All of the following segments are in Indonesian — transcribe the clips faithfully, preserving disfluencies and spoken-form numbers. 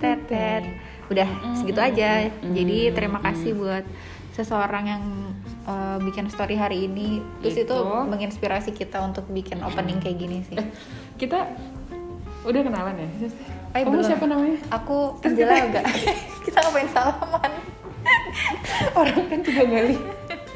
tetet. Udah mm-hmm. segitu aja. Mm-hmm. Jadi terima kasih buat seseorang yang uh, bikin story hari ini. Terus itu. itu menginspirasi kita untuk bikin opening kayak gini sih. Eh, kita udah kenalan ya? Ay, kamu belum. Siapa namanya? Aku Angela enggak. Kita ngapain salaman? Orang kan juga nggak lihat.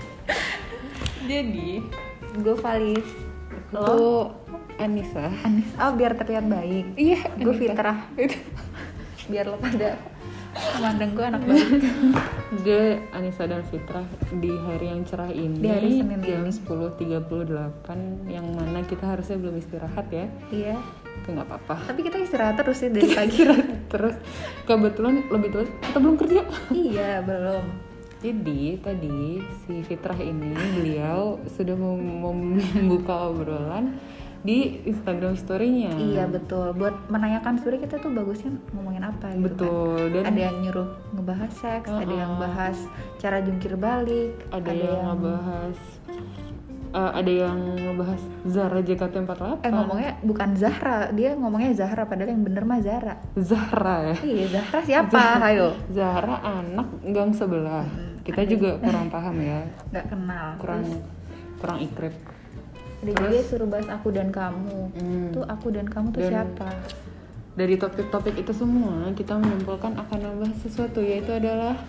Jadi gue Valis. Lo Anissa. Anissa. Oh biar terlihat baik. Iya. Gue Fitrah. Biar lo pada memandang gue anak baik. Gue Anissa dan Fitrah di hari yang cerah ini. Di hari Senin jam ini. sepuluh tiga puluh delapan yang mana kita harusnya belum istirahat ya. Iya. Itu nggak apa-apa. Tapi kita istirahat terus sih dari pagi. Terus kebetulan lebih tua kita belum kerja. Iya belum. Jadi tadi si Fitrah ini beliau sudah mem- membuka obrolan di Instagram story-nya. Iya betul. Buat menanyakan sebenarnya kita tuh bagusnya ngomongin apa gitu. Betul. Kan. Dan ada yang nyuruh ngebahas seks, uh-uh. ada yang bahas cara jungkir balik, ada, ada yang, yang ngebahas uh, ada yang ngebahas Zara J K T empat puluh delapan. Eh ngomongnya bukan Zahra, dia ngomongnya Zahra padahal yang bener mah Zara. Zahra ya. Iya, Zahra siapa? Zahra, Ayo. Zahra anak gang sebelah. Hmm, kita ada. Juga kurang paham ya. Nggak kenal. Kurang Terus, kurang ikrip. Dia juga suruh bahas aku dan kamu. Hmm. Tuh aku dan kamu tuh dan siapa? Dari topik-topik itu semua kita menyimpulkan akan membahas sesuatu, yaitu adalah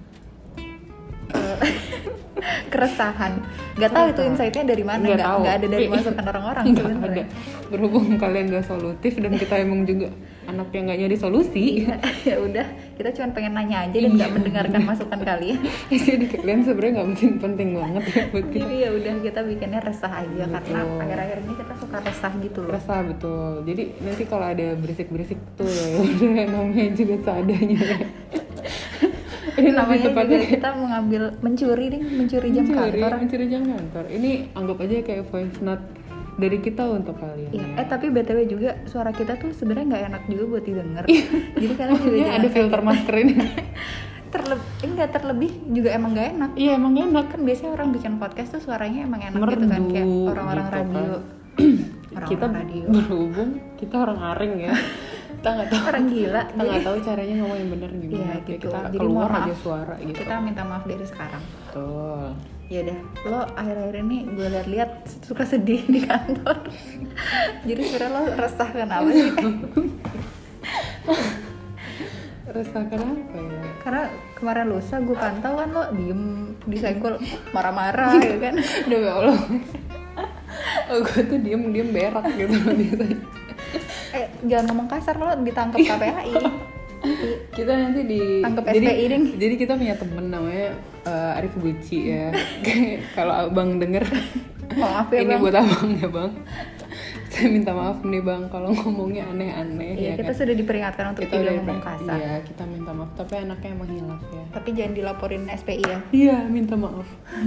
keresahan. Gak tahu itu insight-nya dari mana, nggak, nggak, nggak ada dari masukan orang-orang sebenarnya. Berhubung kalian gak solutif dan kita emang juga anak yang gak nyari solusi. Ya udah, kita cuma pengen nanya aja dan nggak mendengarkan masukan kalian. Jadi kalian sebenarnya nggak penting-penting banget ya buat kita. Jadi ya udah kita bikinnya resah aja. Betul. Karena akhir-akhir ini kita suka resah gitu loh. Resah betul. Jadi nanti kalau ada berisik-berisik tuh ya udah namanya juga seadanya. Ini namanya juga kita mengambil mencuri nih, mencuri jam mencuri, kantor. Mencuri jam kantor. Ini anggap aja kayak voice note dari kita untuk kalian. Iya. Ya. Eh tapi B T W juga suara kita tuh sebenarnya nggak enak juga buat didengar. Jadi kalian juga jangan ada filter gitu. masker ini. Terlebih enggak terlebih juga emang nggak enak. Iya emang gak enak. Kan biasanya orang bikin podcast tuh suaranya emang enak Merdu, gitu kan kayak orang-orang gitu radio. Kan. Orang-orang kita radio. berhubung kita orang aring ya. Kita nggak tahu orang gila. Kita nggak tahu caranya ngomong yang benar gimana. Iya, gitu. Kita jadi keluar maaf, aja suara gitu. Kita minta maaf dari sekarang. Betul. Ya udah, lo akhir-akhir ini gue liat-liat suka sedih di kantor. Jadi sebenarnya lo resah kenapa sih? Resah kenapa ya? Karena kemarin lusa gue pantau kan lo diem disenggol marah-marah ya kan. Udah ya Allah. Oh, gue tuh diem-diem berak gitu biasanya. Eh jangan ngomong kasar, lo ditangkap K P H I. Kita nanti di tangkap jadi, S P I ding. Jadi kita punya temen namanya uh, Arif Gucci ya. Kalau abang denger, maaf ya ini bang. buat abang ya bang. Saya minta maaf nih bang kalau ngomongnya aneh-aneh. Iya, ya kita kan? sudah diperingatkan untuk Kita tidak ngomong kasar. Iya kita minta maaf, tapi anaknya emang hilaf ya. Tapi jangan dilaporin S P I ya. Iya minta maaf.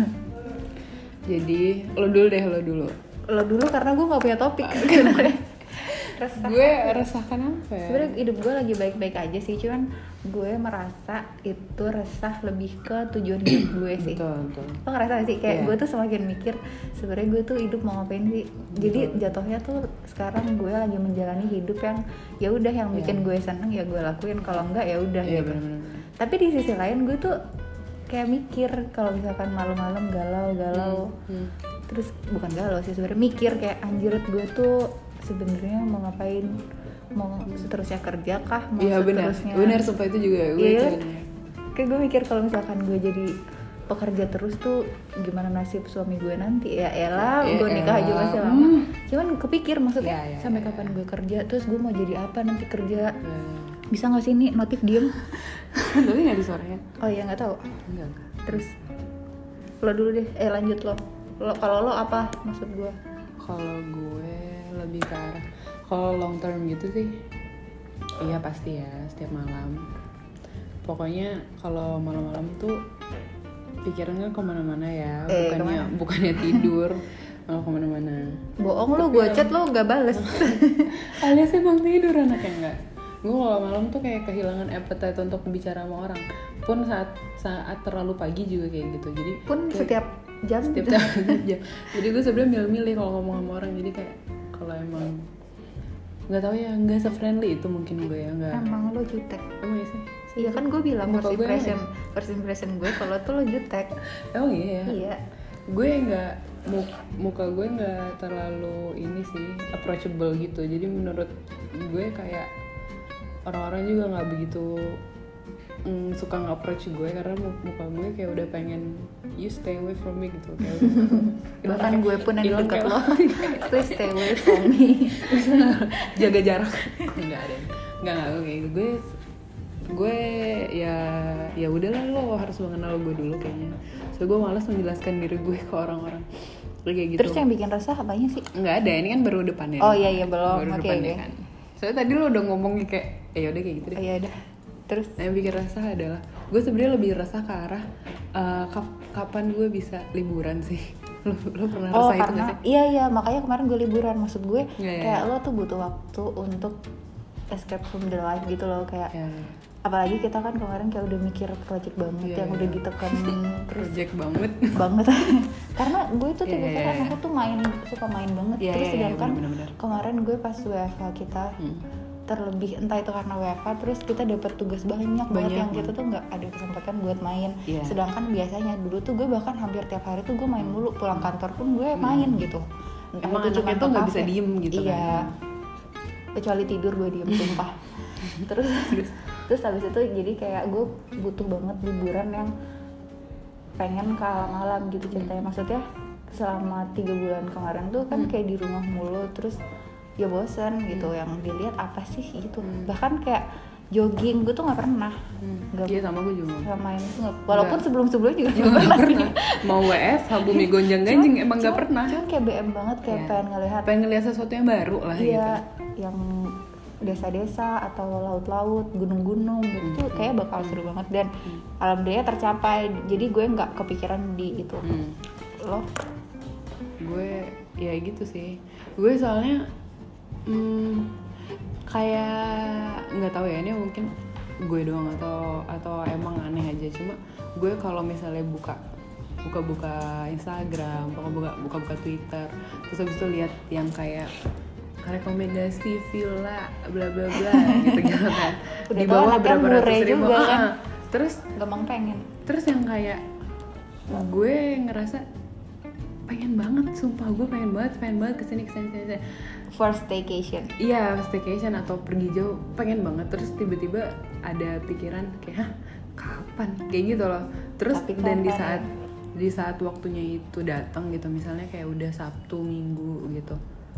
Jadi lo dulu deh lo dulu. Lo dulu karena gue nggak punya topik. Resah. Gue resah kenapa ya? Sebenarnya hidup gue lagi baik-baik aja sih, cuman gue merasa itu resah lebih ke tujuan hidup gue sih. Betul, betul. Lo ngerasa gak sih kayak yeah. gue tuh semakin mikir sebenarnya gue tuh hidup mau ngapain sih? Betul. Jadi jatuhnya tuh sekarang gue lagi menjalani hidup yang ya udah yang bikin yeah. gue seneng ya gue lakuin, kalau enggak ya udah yeah, gitu. Bener-bener. Tapi di sisi lain gue tuh kayak mikir kalau misalkan malam-malam galau-galau, hmm. Hmm. terus bukan galau sih sebenarnya mikir kayak anjir gue tuh sebenarnya mau ngapain, mau seterusnya kerja kah, mau ya, seterusnya benar supaya itu juga gue iya, kayak gue mikir kalau misalkan gue jadi pekerja terus tuh gimana nasib suami gue nanti ya elah ya, gue nikah aja masih lama hmm. cuman kepikir maksudnya ya, ya, sampai ya, kapan ya. gue kerja terus gue mau jadi apa nanti kerja ya. Bisa nggak sih nih notif diem tapi nggak di suaranya oh iya nggak tahu enggak terus lo dulu deh eh lanjut lo lo kalau lo apa maksud gue kalau gue lebih ke arah kalau long term gitu sih iya pasti ya setiap malam pokoknya kalau malam-malam tuh pikirannya kemana-mana ya eh, bukannya kemana? bukannya tidur malah kemana-mana bohong lo gue chat lo nggak bales alias emang tidur anaknya enggak gue kalau malam tuh kayak kehilangan appetite untuk bicara sama orang pun saat saat terlalu pagi juga kayak gitu jadi pun kayak, setiap jam setiap jam jadi gue sebenarnya milih-milih kalau ngomong sama orang jadi kayak kalau emang nggak tahu ya, nggak se-friendly itu mungkin gue ya, nggak. Emang lo jutek. Emang ya sih? Iya kan gue bilang Muka first gue impression, emang first impression gue kalau tuh lo jutek. Emang iya. Iya. Gue nggak, muka gue nggak terlalu ini sih approachable gitu. Jadi menurut gue kayak orang-orang juga nggak begitu mm, suka nge-approach gue karena muka gue kayak udah pengen you stay away from me gitu kayak bahkan gue pun yang hilang deket kayak lo please stay away from me. jaga jarak. Nggak ada, nggak nggak kayak gitu. Gue gue ya ya udahlah, lo harus mengenal gue dulu kayaknya. So gue malas menjelaskan diri gue ke orang-orang kayak gitu. Terus yang bikin resah apanya sih? Nggak ada, ini kan baru depannya. Oh iya iya belum. Baru Oke depannya okay. kan. Soalnya tadi lo udah ngomong kayak ya udah kayak gitu deh. Oh iya udah. Terus Nah, yang bikin resah adalah gue sebenarnya lebih resah ke arah uh, kap- kapan gue bisa liburan sih. Lo lo pernah oh resah itu karena nggak sih? iya iya makanya kemarin gue liburan, maksud gue Ya, ya, kayak ya. lo tuh butuh waktu untuk escape from the life gitu loh kayak. Ya, Apalagi kita kan kemarin kayak udah mikir project banget Iya, yang iya. udah ditekan terus project banget. banget karena gue tuh Iya, tiba-tiba iya, kan iya. aku tuh main suka main banget Iya, terus iya, iya, sedangkan bener-bener. kemarin gue pas W F H kita Hmm. terlebih entah itu karena W F H terus kita dapat tugas banyak, banget Banyak, yang kita banget. tuh nggak ada kesempatan buat main. Iya. Sedangkan biasanya dulu tuh gue bahkan hampir tiap hari tuh gue main mulu, pulang kantor pun gue main gitu. Entah Emang itu anaknya cuma tuh ke nggak bisa kafe. diem gitu iya. kan? Kecuali tidur gue diem sumpah. terus terus habis itu jadi kayak gue butuh banget liburan yang pengen ke alam-alam gitu ceritanya. Maksudnya selama tiga bulan kemarin tuh kan Hmm. kayak di rumah mulu terus ya bosan gitu, yang dilihat apa sih gitu. Hmm. Bahkan kayak jogging gue tuh nggak pernah. Hmm. Nggak Iya sama gue juga. nggak main tuh nggak- walaupun Nggak. sebelum-sebelumnya juga Juga nggak pernah. Mau W F, bumi gonjang ganjing emang nggak Cuman- pernah. Cuman kayak B M banget kayak Iya. pengen ngelihat Pengen ngeliat sesuatu yang baru lah iya gitu. yang desa-desa atau laut-laut, gunung-gunung gitu tuh kayak bakal seru banget dan alhamdulillah tercapai. Jadi gue nggak kepikiran di itu. Hmm. Lo Gue ya gitu sih. Gue soalnya hmm, kayak nggak tahu ya, ini mungkin gue doang atau atau emang aneh aja. Cuma gue kalau misalnya buka buka-buka Instagram, buka-buka buka-buka Twitter, terus habis itu lihat yang kayak rekomendasi villa bla bla bla gitu gitu kan. Udah Di tahu bawah anaknya berapa murah ratus ribu. juga kan. Ah, terus gampang pengen. terus yang kayak gue ngerasa pengen banget, sumpah gue pengen banget, pengen banget kesini kesini kesini. First staycation. Iya, staycation atau pergi jauh, pengen banget. Terus tiba-tiba ada pikiran kayak, hah, kapan? Kayak gitu loh. Terus Tapi dan di kapan saat ya? di saat waktunya itu datang gitu, misalnya kayak udah Sabtu Minggu gitu,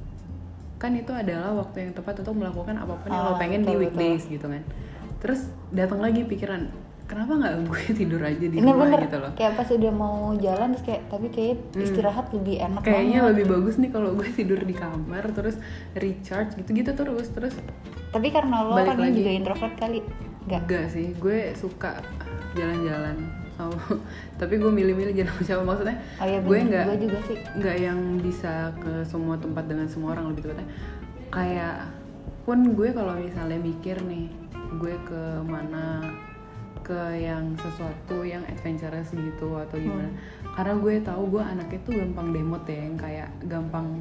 kan itu adalah waktu yang tepat untuk melakukan apapun yang Oh, lo pengen betul, di weekdays betul. gitu kan. Terus datang lagi pikiran, kenapa nggak gue tidur aja di Ini rumah bener gitu loh. kayak pas udah mau jalan terus kayak tapi kayak Hmm. istirahat lebih enak Kayaknya banget. lebih bagus nih kalau gue tidur di kamar terus recharge gitu-gitu terus terus. Tapi karena lo Balik kan lagi. juga introvert kali. Enggak. Enggak sih, gue suka jalan-jalan sama, tapi gue milih-milih jalan sama siapa, maksudnya Oh iya gue bener. nggak Gue juga sih. nggak yang bisa ke semua tempat dengan semua orang, lebih tepatnya kayak pun gue kalau misalnya mikir nih gue ke mana, ke yang sesuatu yang adventurous gitu atau gimana, Hmm. karena gue tahu gue anaknya tuh gampang demot ya, yang kayak gampang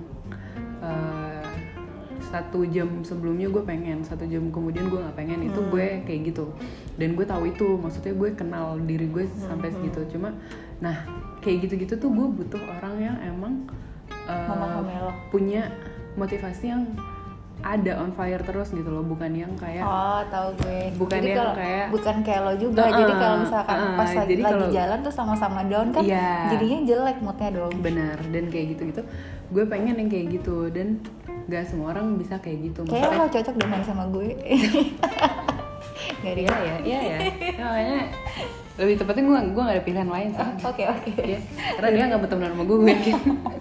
eh, satu jam sebelumnya gue pengen, satu jam kemudian gue nggak pengen, itu Hmm. gue kayak gitu. Dan gue tahu itu, maksudnya gue kenal diri gue sampai Hmm. segitu. Cuma nah kayak gitu-gitu tuh gue butuh orang yang emang eh, Memahami lo. punya motivasi yang ada on fire terus gitu loh, bukan yang kayak Oh, tahu gue. Bukan Jadi yang kalau- kayak- bukan kayak lo juga. Uh-uh, Jadi kalau misalkan uh-uh, pas lagi, jadi lagi kalau- jalan tuh sama-sama down kan Iya. jadinya jelek moodnya dong. benar. Dan kayak gitu-gitu gue pengen yang kayak gitu, dan gak semua orang bisa kayak gitu. Kayaknya lo cocok deh main sama gue. Gak Iya ya, iya ya. Makanya lebih tepatnya gue gue gak ada pilihan lain sih. Oke oke. Iya, karena dia nggak berteman sama gue, gue yakin.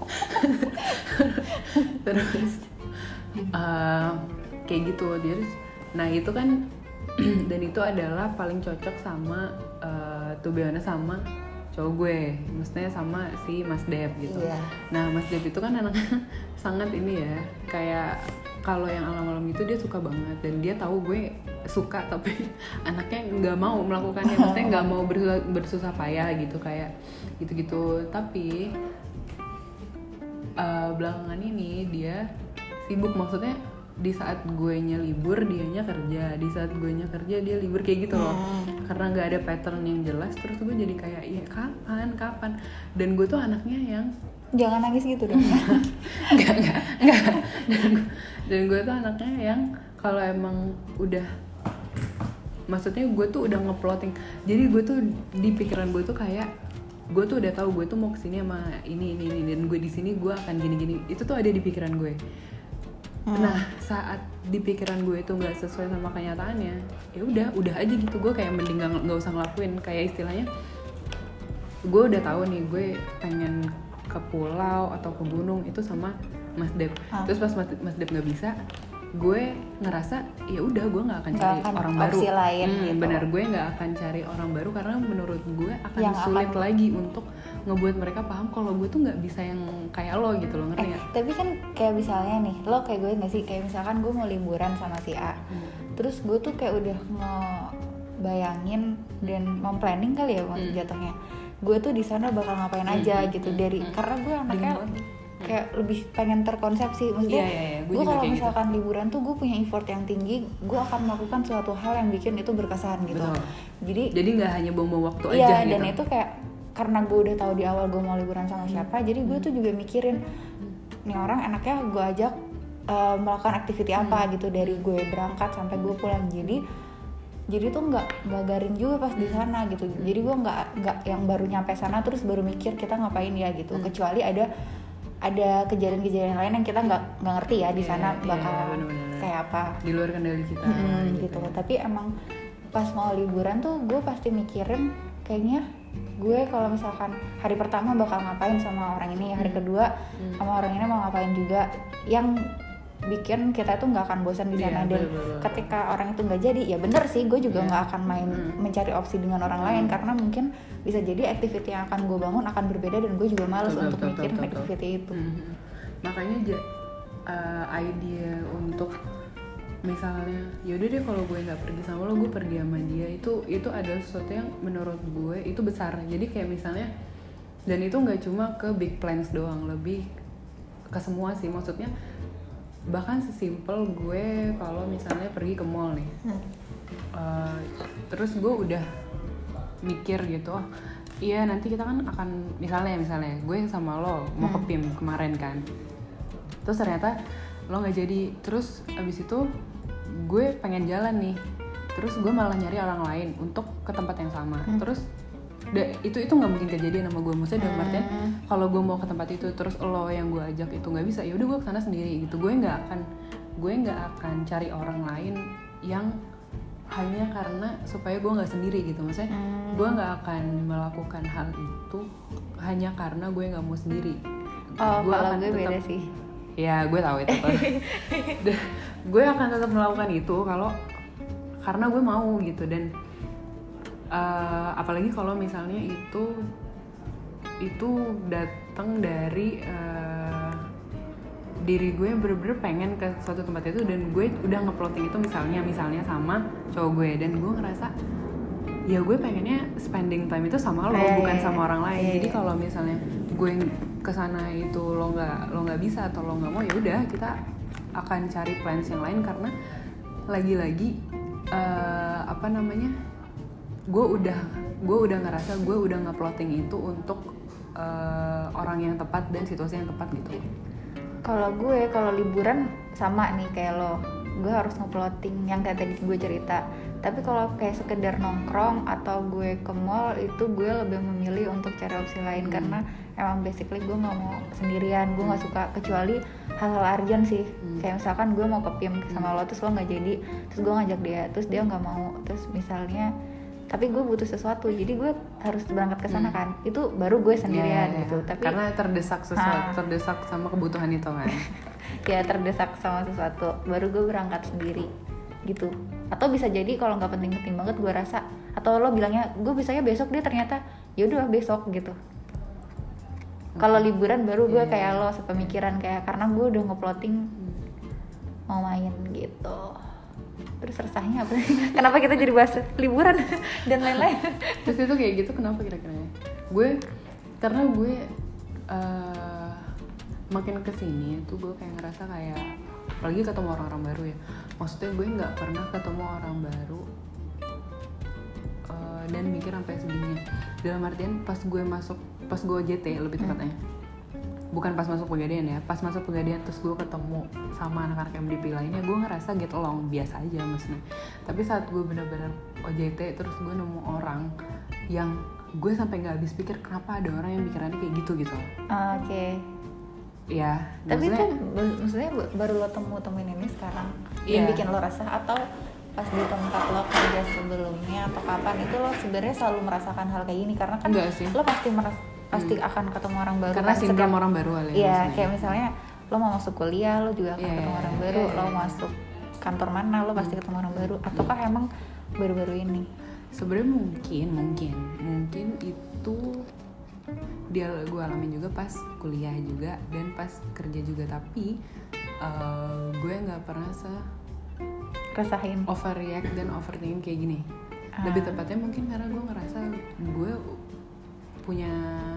Terus uh, kayak gitu dia. Nah itu kan dan itu adalah paling cocok sama uh, to be honest sama cowok gue, maksudnya sama si Mas Dep gitu. Iya. Nah Mas Dep itu kan anaknya sangat ini ya, kayak kalau yang alam-alam itu dia suka banget, dan dia tahu gue suka tapi anaknya nggak mau melakukannya, maksudnya nggak mau bersusah, bersusah payah gitu kayak gitu-gitu. Tapi uh, belakangan ini dia sibuk, maksudnya di saat gue nya libur dianya kerja, di saat gue nya kerja dia libur, kayak gitu loh. Hmm. Karena nggak ada pattern yang jelas, terus gue jadi kayak ya kapan kapan. Dan gue tuh anaknya yang jangan nangis gitu dong. Nggak nggak nggak. Dan, dan gue tuh anaknya yang kalau emang udah, maksudnya gue tuh udah ngeplotting. Jadi gue tuh di pikiran gue tuh kayak gue tuh udah tahu gue tuh mau kesini sama ini ini ini dan gue di sini gue akan gini gini. Itu tuh ada di pikiran gue. Hmm. Nah saat di pikiran gue itu nggak sesuai sama kenyataannya, ya udah udah aja gitu. Gue kayak mending nggak nggak usah ngelakuin. Kayak istilahnya gue udah tahu nih gue pengen ke pulau atau ke gunung itu sama Mas Dep. Hmm. Terus pas Mas, Mas Dep nggak bisa, gue ngerasa ya udah gue nggak akan cari gak akan orang baru. Lain hmm, gitu. Benar, gue nggak akan cari orang baru karena menurut gue akan yang sulit akan... lagi untuk ngebuat mereka paham kalau gue tuh nggak bisa yang kayak lo gitu loh, ngerti eh, ya? Tapi kan kayak misalnya nih, lo kayak gue nggak sih, kayak misalkan gue mau liburan sama si A, hmm. terus gue tuh kayak udah ngebayangin dan memplanning kali ya hmm. jatuhnya. Gue tuh di sana bakal ngapain hmm. aja gitu dari hmm. karena gue anaknya kayak lebih pengen terkonsepsi, maksudnya yeah, yeah, yeah. gue kalau misalkan gitu. Liburan tuh gue punya effort yang tinggi, gue akan melakukan suatu hal yang bikin itu berkesan gitu. Betul. Jadi jadi nggak hanya buang-buang waktu iya, aja gitu. Dan itu kayak karena gue udah tahu di awal gue mau liburan sama siapa, hmm. jadi gue tuh juga mikirin nih orang enaknya gue ajak uh, melakukan aktiviti apa hmm. gitu dari gue berangkat sampai gue pulang. Jadi jadi tuh nggak nggak garing juga pas di sana gitu. Jadi gue nggak nggak yang baru nyampe sana terus baru mikir kita ngapain ya gitu. Hmm. Kecuali ada ada kejadian-kejadian lain yang kita nggak nggak ngerti ya di sana yeah, bakal yeah, bener-bener. Kayak apa di luar kendali kita hmm, gitu. gitu. Tapi emang pas mau liburan tuh gue pasti mikirin kayaknya gue kalau misalkan hari pertama bakal ngapain sama orang ini, hari kedua hmm. sama orang ini mau ngapain juga, yang bikin kita tuh nggak akan bosan di sana. Yeah, dan bener-bener. Ketika orang itu nggak jadi, ya bener sih gue juga nggak yeah. akan main hmm. mencari opsi dengan orang hmm. lain karena mungkin bisa jadi aktiviti yang akan gue bangun akan berbeda dan gue juga malas betul, untuk betul, mikirin betul, aktiviti betul. itu. Hmm. Makanya uh, idea untuk misalnya yaudah deh kalau gue nggak pergi sama lo, gue pergi sama dia, itu itu adalah sesuatu yang menurut gue itu besar. Jadi kayak misalnya, dan itu nggak cuma ke big plans doang, lebih ke semua sih. Maksudnya bahkan sesimpel gue kalau misalnya pergi ke mall nih, hmm. uh, terus gue udah mikir gitu, oh, iya nanti kita kan akan misalnya misalnya gue sama lo mau ke P I M kemarin kan, terus ternyata lo nggak jadi, terus abis itu gue pengen jalan nih, terus gue malah nyari orang lain untuk ke tempat yang sama, hmm. terus da, itu itu nggak mungkin kejadian sama gue. Maksudnya dalam artian hmm. kalau gue mau ke tempat itu terus lo yang gue ajak itu nggak bisa, ya udah gue kesana sendiri gitu. Gue nggak akan gue nggak akan cari orang lain yang hanya karena supaya gue nggak sendiri gitu. Maksudnya hmm. gue nggak akan melakukan hal itu hanya karena gue nggak mau sendiri. Oh, gue kalau akan gue tetap, beda sih. Ya gue tahu itu. Gue akan tetap melakukan itu kalau karena gue mau gitu. Dan uh, apalagi kalau misalnya itu itu datang dari uh, diri gue yang bener-bener pengen ke suatu tempat itu, dan gue udah ngeplotting itu misalnya misalnya sama cowok gue, dan gue ngerasa ya gue pengennya spending time itu sama lo, hey, bukan sama orang lain. Hey. Jadi kalau misalnya gue kesana itu lo nggak lo nggak bisa atau lo nggak mau, ya udah kita akan cari plans yang lain. Karena lagi-lagi uh, apa namanya, gue udah gue udah ngerasa gue udah ngeplotting itu untuk uh, orang yang tepat dan situasi yang tepat gitu. Kalau gue kalau liburan sama nih kayak lo, gue harus ngeplotting yang kayak tadi gue cerita. Tapi kalau kayak sekedar nongkrong atau gue ke mall, itu gue lebih memilih untuk cari opsi lain hmm. karena emang basically gue nggak mau sendirian, gue nggak hmm. suka kecuali hal-hal urgent sih. Hmm. Kayak misalkan gue mau ke P I M sama lo, terus lo nggak jadi, terus gue ngajak dia, terus dia nggak mau, terus misalnya tapi gue butuh sesuatu, jadi gue harus berangkat ke sana kan, hmm. itu baru gue sendirian yeah, gitu. Tapi karena terdesak sesuatu, ah. terdesak sama kebutuhan itu kan. Ya terdesak sama sesuatu, baru gue berangkat sendiri gitu. Atau bisa jadi kalau nggak penting-penting banget gue rasa, atau lo bilangnya gue bisanya besok, dia ternyata yaudah besok gitu. Okay. Kalau liburan baru gue yeah. kayak lo sepemikiran, kayak karena gue udah ngeplotting mau main gitu. Terus resahnya apa? Kenapa kita jadi bahas liburan dan lain-lain? Terus itu kayak gitu kenapa kira-kira? Gue karena gue uh, makin kesini tuh gue kayak ngerasa kayak apalagi ketemu orang-orang baru ya. Maksudnya gue nggak pernah ketemu orang baru uh, dan mikir sampai segininya. Dalam artian pas gue masuk, pas gue O J T lebih tepatnya, hmm. bukan pas masuk Pegadaian ya, pas masuk Pegadaian terus gue ketemu sama anak-anak M D P lainnya, gue ngerasa get along biasa aja maksudnya. Tapi saat gue benar-benar O J T terus gue nemu orang yang gue sampai nggak habis pikir kenapa ada orang yang pikirannya kayak gitu gitu. Uh, Oke. Okay. Ya. Tapi itu maksudnya baru lo temu temuin ini sekarang yeah. yang bikin lo resah, atau pas di tempat lo kerja sebelumnya atau kapan itu lo sebenarnya selalu merasakan hal kayak gini? Karena kan lo pasti meras- pasti hmm. akan ketemu orang baru. Karena kan, sindrom orang baru kali. Iya, kayak misalnya lo mau masuk kuliah lo juga akan yeah, ketemu orang baru, yeah, yeah. lo masuk kantor mana lo pasti hmm. ketemu orang baru. Ataukah emang baru-baru ini? Sebenarnya mungkin, mungkin, mungkin itu dia gue alamin juga pas kuliah juga dan pas kerja juga, tapi uh, gue nggak pernah se rasain overreact dan overthinking kayak gini. Ah. Lebih tepatnya mungkin karena gue ngerasa gue punya,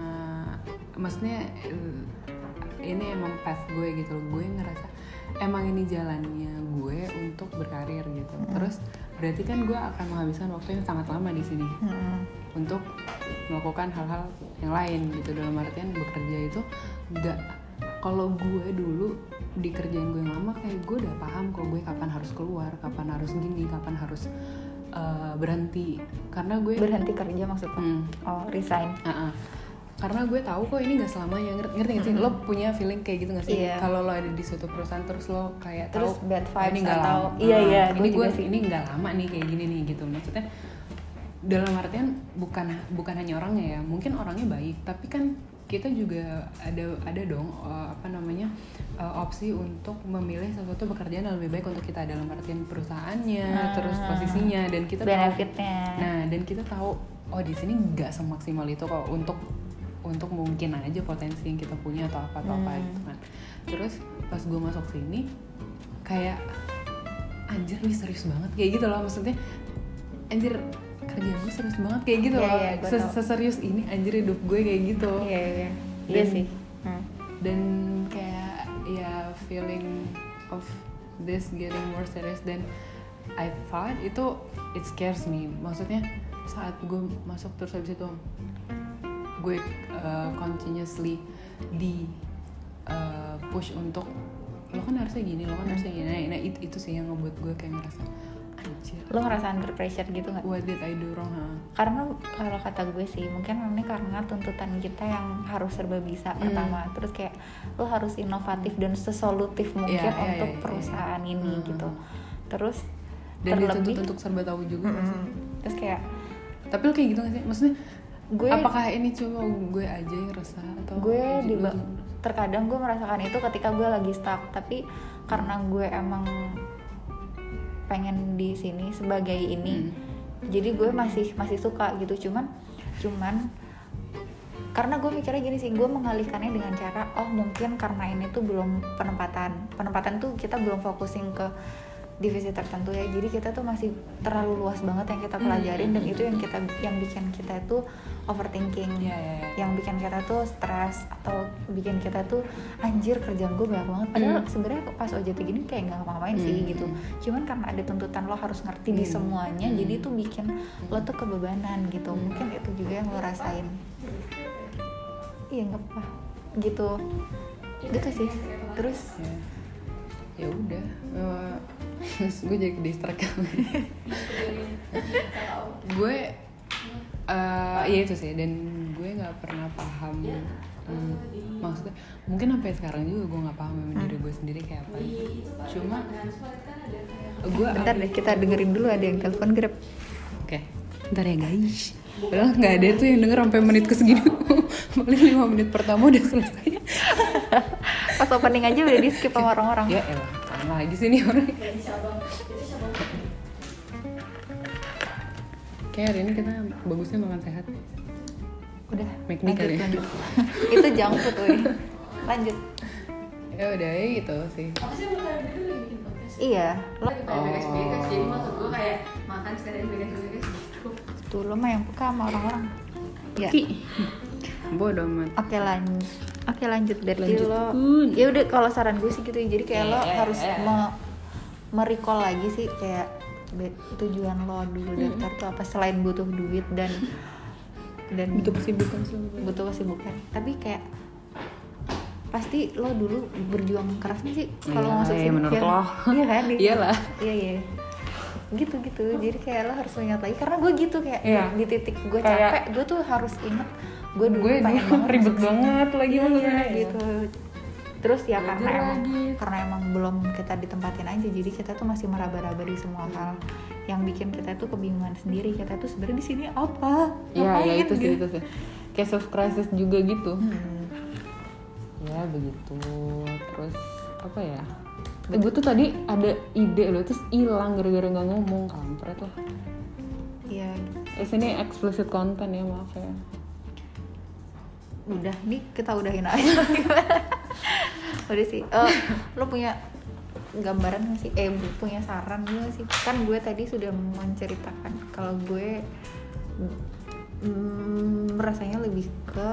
maksudnya uh, ini emang path gue gitu loh. Gue ngerasa emang ini jalannya gue untuk berkarir gitu. Hmm. Terus berarti kan gue akan menghabiskan waktu yang sangat lama di sini hmm. untuk melakukan hal-hal yang lain gitu. Dalam artian bekerja itu nggak, kalau gue dulu di kerjaan gue yang lama kayak gue udah paham kok gue kapan harus keluar, kapan harus gini, kapan harus uh, berhenti. Karena gue berhenti kerja maksudnya hmm. oh resign. Uh-uh. Karena gue tahu kok ini nggak selamanya, ngerti ngerti nggak sih? Mm-hmm. Lo punya feeling kayak gitu nggak sih? Yeah. Kalau lo ada di suatu perusahaan terus lo kayak terus tahu bad vibes ini nggak atau lama, iya iya ini gue ini nggak lama nih kayak gini nih gitu. Maksudnya dalam artian bukan bukan hanya orangnya ya, mungkin orangnya baik, tapi kan kita juga ada ada dong uh, apa namanya uh, opsi untuk memilih sesuatu pekerjaan yang lebih baik untuk kita, dalam artian perusahaannya, hmm. terus posisinya, dan kita benefitnya. Tahu, nah dan kita tahu oh di sini nggak semaksimal itu kok untuk untuk mungkin aja potensi yang kita punya atau apa atau hmm. apa gitu kan. Terus pas gue masuk sini kayak anjir nih serius banget kayak gitu loh, maksudnya anjir kerjaan gue serius banget kayak gitu yeah, loh yeah, Ses- seserius ini anjir hidup gue kayak gitu. Iya yeah, iya yeah. Iya sih. Hmm. Dan kayak ya feeling of this getting more serious than I thought, itu it scares me. Maksudnya saat gue masuk terus habis itu gue uh, continuously di uh, push untuk lo kan harusnya gini, lo kan harusnya gini. Nah, nah itu, itu sih yang ngebuat gue kayak ngerasa anjir. Lo ngerasa under pressure gitu nggak? What did I do wrong? Huh? Karena kalau kata gue sih mungkin ini karena tuntutan kita yang harus serba bisa mm. pertama. Terus kayak lo harus inovatif dan sesolutif mungkin yeah, yeah, untuk yeah, perusahaan yeah. ini mm. gitu. Terus dan dituntut untuk serba tahu juga mm-hmm. sih. Terus kayak tapi lo kayak gitu nggak sih? Maksudnya gue, apakah ini cuma gue aja yang resah atau gue di ba- terkadang gue merasakan itu ketika gue lagi stuck, tapi karena gue emang pengen di sini sebagai ini hmm. jadi gue masih masih suka gitu. Cuman cuman karena gue mikirnya gini sih, gue mengalihkannya dengan cara oh mungkin karena ini tuh belum penempatan penempatan tuh kita belum fokusin ke divisi tertentu ya, jadi kita tuh masih terlalu luas banget yang kita pelajarin mm-hmm. dan itu yang kita yang bikin kita itu overthinking, yeah, yeah, yeah. yang bikin kita tuh stres atau bikin kita tuh anjir kerjaan gue banyak banget. Padahal mm. sebenarnya pas O J T gini kayak nggak ngapa-ngapain mm. sih gitu. Cuman karena ada tuntutan lo harus ngerti mm. di semuanya, mm. jadi itu bikin mm. lo tuh kebebanan gitu. Mm. Mungkin itu juga yang lo rasain. Iya nggak apa gitu, gitu sih. Terus yeah. ya udah, uh, gue jadi distract. gue uh, ya itu sih, dan gue nggak pernah paham um, maksudnya mungkin sampai sekarang juga gue nggak paham hmm. diri gue sendiri kayak apa. Cuma gue bentar deh, kita dengerin dulu, ada yang telepon Grab. Oke, okay. Bentar ya guys. Padahal nggak ada tuh yang denger sampai menit ke segini. Paling lima menit pertama udah selesai. Pas opening aja udah di skip sama orang-orang. Ya elah, sama lagi sih nih orang. Kayak hari ini kita bagusnya makan sehat. Udah. McD kali ya. Itu junk food woy. Lanjut. Ya udah ya gitu sih. Apa sih bukan dulu lagi bikin podcast? Iya. Lo kayak beres-beres, jadi maksud gue kayak makan sekalian beres-beres gitu. Tuh lo mah yang peka sama orang-orang. Ya. Bodoh amat. Oke lanjut. Oke lanjut dari Lanjut. lo. Ya udah kalau saran gue sih gitu ya. Jadi kayak lo harus me- merecall lagi sih kayak be- tujuan lo dulu daftar tuh apa selain butuh duit dan dan butuh kesibukan sih. butuh kesibukan. Tapi kayak pasti lo dulu berjuang kerasnya sih kalau Iya, masuk iya, sini. menurut ya, lo. Iya kan? Iyalah. Iya iya. Gitu gitu. Jadi kayak lo harus ingat lagi karena gue gitu kayak Iya. di titik gue Kayak- capek, gue tuh harus ingat gue dulu Gue pengen dulu banget ribet masuk sini. banget lagi Iya, maksudnya. iya, gitu. Terus ya Belajar karena emang lagi. karena emang belum kita ditempatin aja, jadi kita tuh masih meraba-raba di semua hal yang bikin kita tuh kebingungan sendiri. Kita tuh sebenarnya di sini apa? Iya, ya Ngapain itu sih, gitu. itu sih. Kayak self crisis juga gitu. Hmm. Ya begitu. Terus apa ya? Eh, gue tuh tadi ada ide loh, terus hilang gara-gara nggak ngomong, kampret lah. Iya. Eh sini explicit content ya, maaf ya. Udah, nih kita udahin aja. Udah sih. Eh, lo punya gambaran nggak sih? Eh, punya saran juga sih? Kan gue tadi sudah menceritakan kalau gue mm, merasanya lebih ke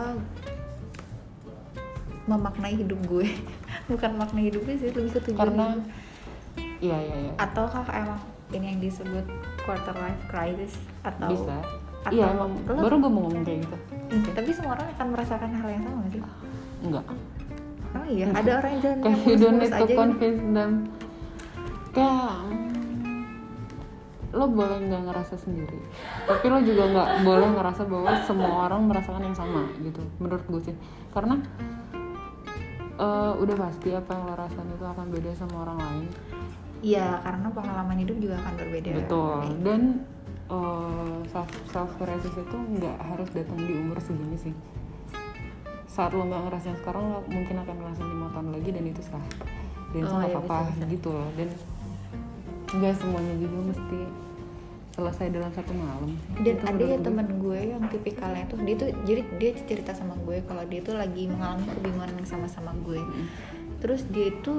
memaknai hidup gue. Bukan maknai hidup gue sih, lebih ke tujuan Karena hidup. iya iya iya. Ataukah emang ini yang disebut quarter life crisis atau Bisa. atau Iya, emang lo- baru gue mau ngomong kayak gitu. tapi semua orang akan merasakan hal yang sama nggak sih? Enggak. Oh iya, ada orang yang jalan Kayak you don't need to convince them. Kayak mm, lo boleh nggak ngerasa sendiri, tapi lo juga nggak boleh ngerasa bahwa semua orang merasakan yang sama gitu. Menurut gue sih, karena uh, udah pasti apa yang lo rasain itu akan beda sama orang lain. Iya, karena pengalaman hidup juga akan berbeda. Betul. Dan uh, self self crisis itu nggak harus datang di umur segini sih. Saat lo nggak ngerasain sekarang, lo mungkin akan ngerasain lima tahun lagi dan itu sah. Dan itu Oh, nggak iya, apa-apa bisa, bisa. gitu loh. Dan nggak semuanya juga mesti selesai dalam satu malam sih. Dan Itu ada menurut ya gue. teman gue yang tipikalnya tuh dia tuh jadi dia cerita sama gue kalau dia tuh lagi mengalami kebingungan yang sama-sama gue. Mm. Terus dia itu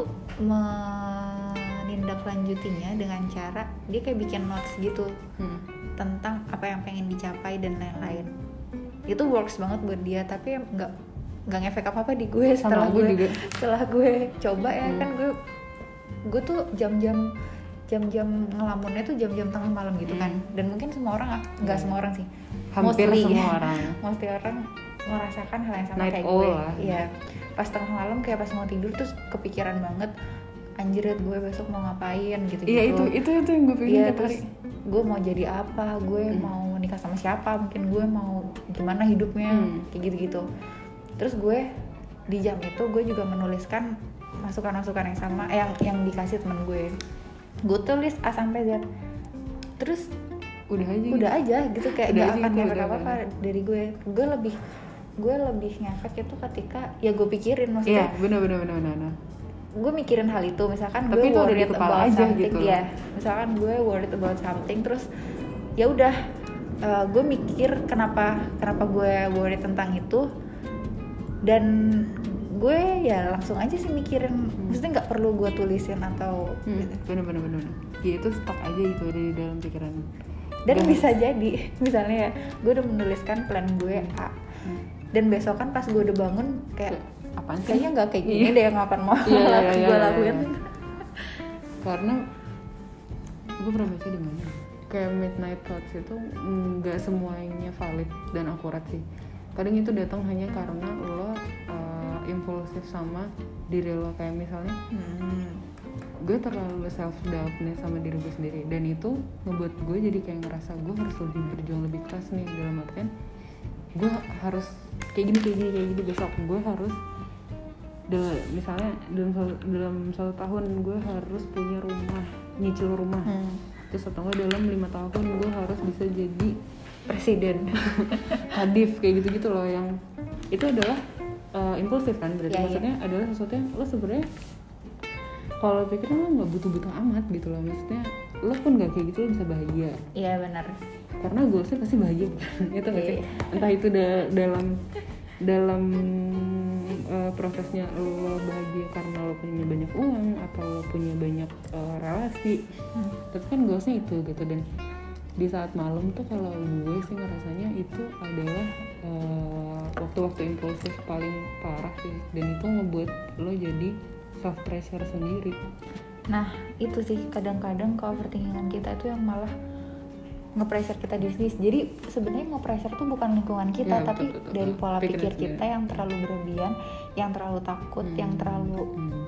menindaklanjutinya dengan cara dia kayak bikin notes gitu Hmm. tentang apa yang pengen dicapai dan lain-lain. Itu works banget buat dia, tapi nggak nggak ngefek apa-apa di gue Sama setelah gue gue juga. setelah gue coba ya Hmm. kan gue gue tuh jam-jam jam-jam ngelamunnya tuh jam-jam tengah malam gitu kan. Hmm. Dan mungkin semua orang nggak Hmm. semua orang sih, Hampir mostly. semua orang. mesti orang merasakan hal yang sama Night kayak owl gue. lah. Iya, pas tengah malam kayak pas mau tidur terus kepikiran banget, anjir gue besok mau ngapain gitu-gitu. Iya itu itu itu yang gue pengen Iya, tiap terus hari. gue mau jadi apa, gue Hmm. mau nikah sama siapa, mungkin gue mau gimana hidupnya, Hmm. kayak gitu-gitu. Terus gue di jam itu gue juga menuliskan masukan-masukan yang sama, eh, yang yang dikasih temen gue. Gue tulis A sampai Z. Terus Udah aja. udah aja gitu kayak Udah gak aja akan gitu, ngefek udah, apa-apa udah. dari gue. Gue lebih gue lebih ngefek itu ketika ya gue pikirin Iya, maksudnya. benar benar benar benar. Gue mikirin hal itu, misalkan Tapi gue itu udah di worried kepala about aja something, gitu. ya misalkan gue worried about something, terus ya udah eh, gue mikir kenapa kenapa gue worried tentang itu, dan gue ya langsung aja sih mikirin, maksudnya nggak perlu gue tulisin atau Hmm, gitu. bener bener bener. Ya itu stuck aja gitu ada di dalam pikiran. Dan Udah. bisa jadi misalnya ya gue udah menuliskan plan gue A, Hmm. dan besokan pas gue udah bangun kayak Apaan sih? kayaknya nggak kayak gini Iya. deh yang ngapain mau Iya, iya, iya, gue iya, lakuin. iya. Karena gue pernah baca di mana? Kayak midnight thoughts itu nggak semuanya valid dan akurat sih. Kadang itu datang hanya karena lo uh, impulsif sama diri lo, kayak misalnya Hmm. gue terlalu self doubt nih sama diri gue sendiri, dan itu ngebuat gue jadi kayak ngerasa gue harus lebih berjuang lebih keras nih, dalam artian gue harus kayak gini kayak gini kayak gini besok gue harus de- misalnya dalam satu, dalam satu tahun gue harus punya rumah, nyicil rumah. Hmm. Terus atau enggak dalam lima tahun gue harus bisa jadi Presiden. kadif kayak gitu-gitu loh, yang itu adalah uh, impulsif kan, berarti Ya, maksudnya adalah sesuatu yang lo sebenarnya kalau pikir lo nggak butuh-butuh amat gitu loh, maksudnya lo pun nggak kayak gitu lo bisa bahagia, Iya benar. karena goalsnya pasti bahagia bukan? Itu nggak sih? Iya. Entah itu da- dalam dalam uh, prosesnya lo bahagia karena lo punya banyak uang atau lo punya banyak uh, relasi, Hmm. tapi kan goalsnya itu gitu. Dan di saat malam tuh kalau gue sih ngerasanya itu adalah uh, waktu-waktu impulsif paling parah sih, dan itu ngebuat lo jadi self pressure sendiri. Nah itu sih kadang-kadang ke overthinkingan kita itu yang malah nge-pressure kita di sini. Jadi sebenarnya nge-pressure tuh bukan lingkungan kita, ya, tapi betul, betul, dari pola pikir, pikir kita yang terlalu berlebihan, yang terlalu takut, hmm. yang terlalu hmm.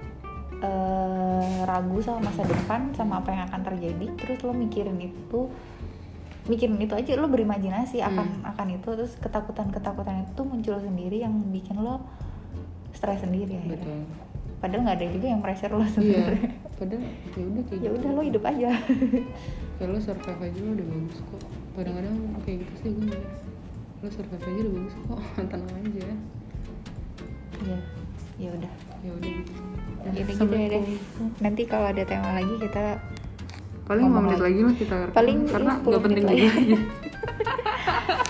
uh, ragu sama masa depan, sama apa yang akan terjadi. Terus lo mikirin itu, mikirin itu aja, lo berimajinasi akan hmm. akan itu, terus ketakutan-ketakutan itu muncul sendiri yang bikin lo stres sendiri ya. Betul. Padahal nggak ada juga yang pressure lo sebenarnya. Iya. Padahal ya udah kayak ya udah lo hidup aja. Kalau lo survive aja lo udah bagus kok. Kadang-kadang kayak gitu sih gue. Lo survive aja udah bagus kok. Tenang aja. Iya. Ya udah. Ya udah gitu. Ya udah gitu ya deh. Nanti kalau ada tema lagi kita paling lima menit lagi lah kita. Paling karena nggak penting juga.